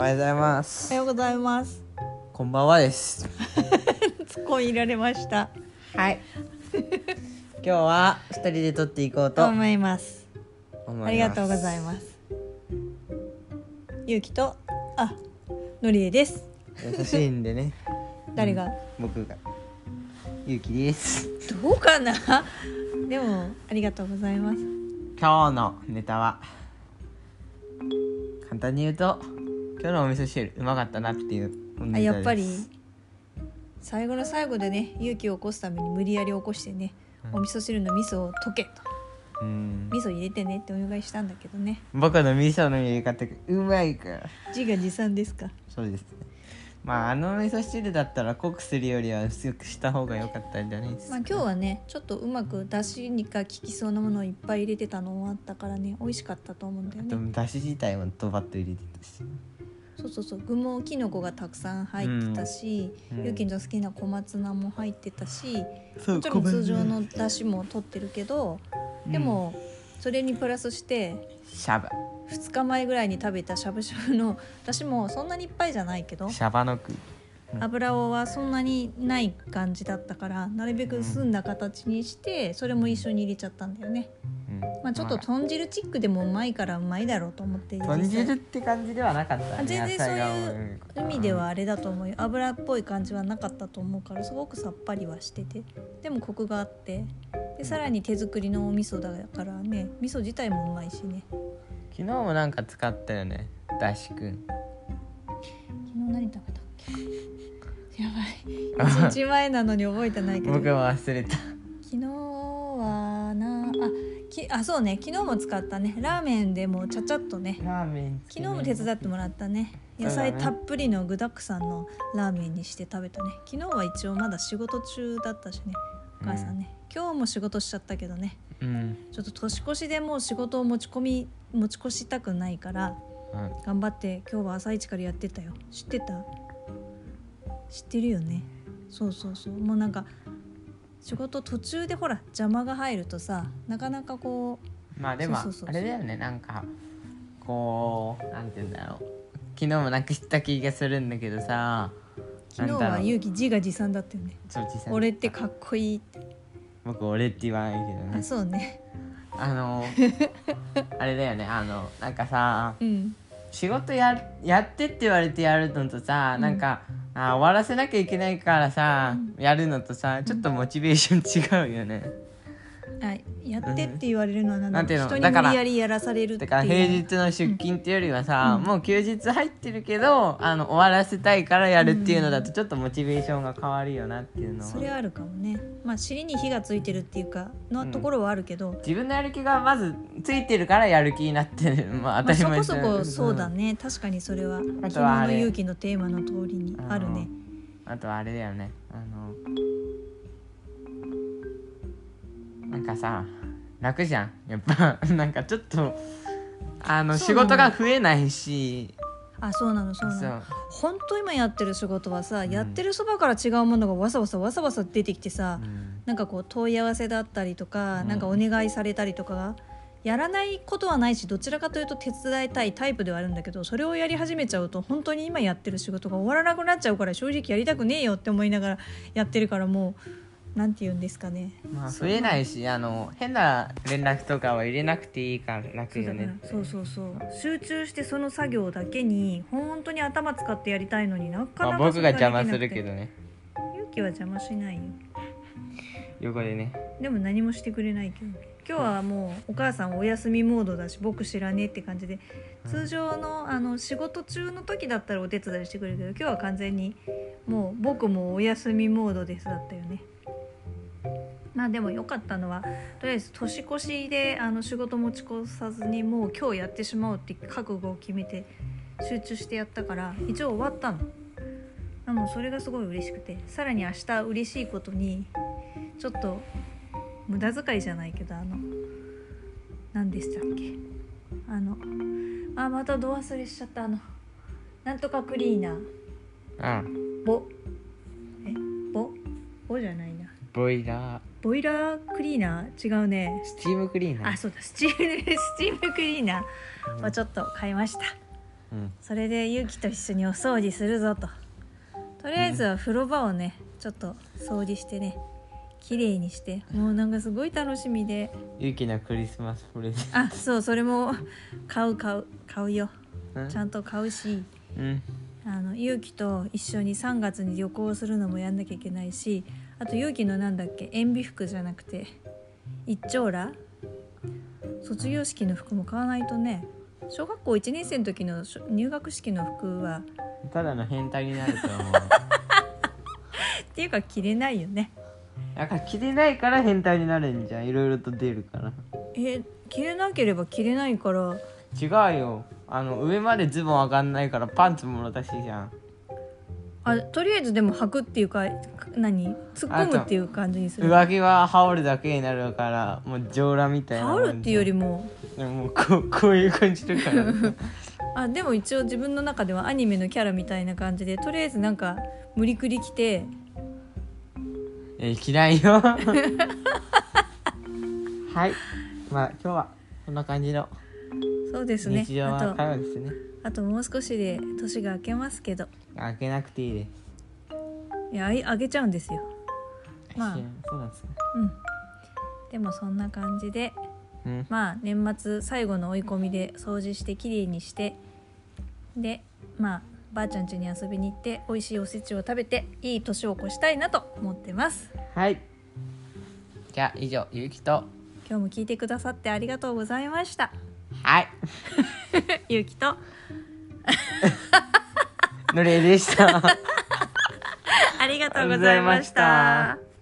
おはようございまおす。 はようございます。 こんばんはです。 突っ込み入れられました。 はい。今日は2人で撮っていこうと思います。 思います。 ありがとうございます。ゆうきとのりえです。 優しいんでね。 誰が、 僕がゆうきです。 どうかな。でもありがとうございます。 今日のネタは簡単に言うと、今日のお味噌汁うまかったなっていうネタです。 やっぱり最後の最後でね、勇気を起こすために無理やり起こしてね、お味噌汁の味噌を溶けと、味噌入れてねってお願いしたんだけどね。 僕の味噌の入れ方がうまいから。 自画自賛ですか。 そうですね。まあ味噌汁だったら濃くするよりは薄くした方が良かったんじゃないですか。 今日はねちょっとうまくだしにか効きそうなものをいっぱい入れてたのもあったからね、美味しかったと思うんだよね。 でもだし自体もドバッと入れてたし、 そう具もきのこがたくさん入ってたし、ゆうきの好きな小松菜も入ってたし、もちろん通常のだしも取ってるけど、でもそれにプラスしてシャバ 2日前ぐらいに食べたしゃぶしゃぶのだしもそんなにいっぱいじゃないけど、 シャバの句、 油はそんなにない感じだったから、なるべく澄んだ形にしてそれも一緒に入れちゃったんだよね。ちょっと豚汁チックでもうまいからうまいだろうと思って。 豚汁って感じではなかったね。 全然そういう意味ではあれだと思うよ。油っぽい感じはなかったと思うから、すごくさっぱりはしてて、でもコクがあって、でさらに手作りのお味噌だからね、味噌自体もうまいしね。 昨日もなんか使ったよね、だしくん。 昨日何食べたっけ。やばい、1日前なのに覚えてないけど僕も忘れた。 昨日はそうね、昨日も使ったね。ラーメンでもちゃちゃっとね、 ラーメン昨日も手伝ってもらったね。野菜たっぷりの具だくさんのラーメンにして食べたね。昨日は一応まだ仕事中だったしね、お母さんね、今日も仕事しちゃったけどね、ちょっと年越しでもう仕事を持ち越したくないから、頑張って今日は朝一からやってたよ。知ってた？知ってるよね。そうもうなんか仕事途中でほら邪魔が入るとさ、なかなかこう、 でもあれだよね、なんかこうなんて言うんだろう、昨日もなくした気がするんだけどさ、 昨日は勇気自画自賛だったよね。俺ってかっこいいって。 僕俺って言わないけどね。 そうね。 あれだよね、なんかさ、仕事やってって言われてやるのとさ、なんか終わらせなきゃいけないからさ、やるのとさ、ちょっとモチベーション違うよね。 やってって言われるのはなんていうの、 人に無理やりやらされるっていう。 だから平日の出勤っていうよりはさ、もう休日入ってるけど終わらせたいからやるっていうのだとちょっとモチベーションが変わるよなっていうのは、 それあるかもね。尻に火がついてるっていうかのところはあるけど、 自分のやる気がまずついてるからやる気になってる、当たり前そこそこそうだね、確かにそれは昨日の勇気のテーマの通りにあるね。 あとはあれだよね、なんかさ楽じゃんやっぱなんかちょっと仕事が増えないし。 そうなの本当今やってる仕事はさ、やってるそばから違うものがわさわさ出てきてさ、なんかこう問い合わせだったりとか、なんかお願いされたりとか、やらないことはないし、どちらかというと手伝いたいタイプではあるんだけど、それをやり始めちゃうと本当に今やってる仕事が終わらなくなっちゃうから、正直やりたくねえよって思いながらやってるから、もうなんて言うんですかね、 増えないし、変な連絡とかは入れなくていいから楽よね。 そう集中してその作業だけに本当に頭使ってやりたいのに、なかなか僕が邪魔するけどね。 勇気は邪魔しないよ、 横でね。 でも何もしてくれないけど、今日はもうお母さんお休みモードだし、僕知らねえって感じで、通常の仕事中の時だったらお手伝いしてくれるけど、今日は完全にもう僕もお休みモードですだったよね。でも良かったのは、とりあえず年越しで仕事持ち越さずに、もう今日やってしまおうって覚悟を決めて集中してやったから、一応終わったの。もうそれがすごい嬉しくて、さらに明日嬉しいことに、ちょっと無駄遣いじゃないけど、何でしたっけ、またど忘れしちゃった、なんとかクリーナー、ボじゃないな、 ボイラークリーナー、違うね、 スチームクリーナー。 そうだ、スチームクリーナーはちょっと買いました。 それでゆうきと一緒にお掃除するぞと。とりあえずは風呂場をねちょっと掃除してね綺麗にして、もうなんかすごい楽しみで。 ゆうきのクリスマスプレゼント。 そう、それも買うよ、ちゃんと買うし、ゆうきと一緒に3月に旅行するのもやんなきゃいけないし、あとゆうきのなんだっけ、塩ビ服じゃなくて一張羅卒業式の服も買わないとね。小学校1年生の時の入学式の服はただの変態になると思うっていうか着れないよね。 だから着れないから変態になるんじゃん、いろいろと出るから。 着れなければ着れないから。 違うよ、上までズボン上がんないからパンツもろたしじゃん。 とりあえずでも履くっていうか突っ込むっていう感じにする。 上着は羽織るだけになるからもう上裸みたいな。 羽織るっていうよりももうこういう感じだからでも一応自分の中ではアニメのキャラみたいな感じで、とりあえずなんか無理くり着て。 嫌いよはい、まあ今日はこんな感じのそうですね。 日常は会話ですね。 あともう少しで年が明けますけど。 明けなくていいです。 いや明けちゃうんですよ。まあそうなんですね。 でもそんな感じで、まあ年末最後の追い込みで掃除してきれいにして、でまあばあちゃん家に遊びに行って美味しいおせちを食べていい年を越したいなと思ってます。 はい、じゃあ以上、ゆうきと今日も聞いてくださってありがとうございました。 はいゆうきとのれでしたありがとうございました。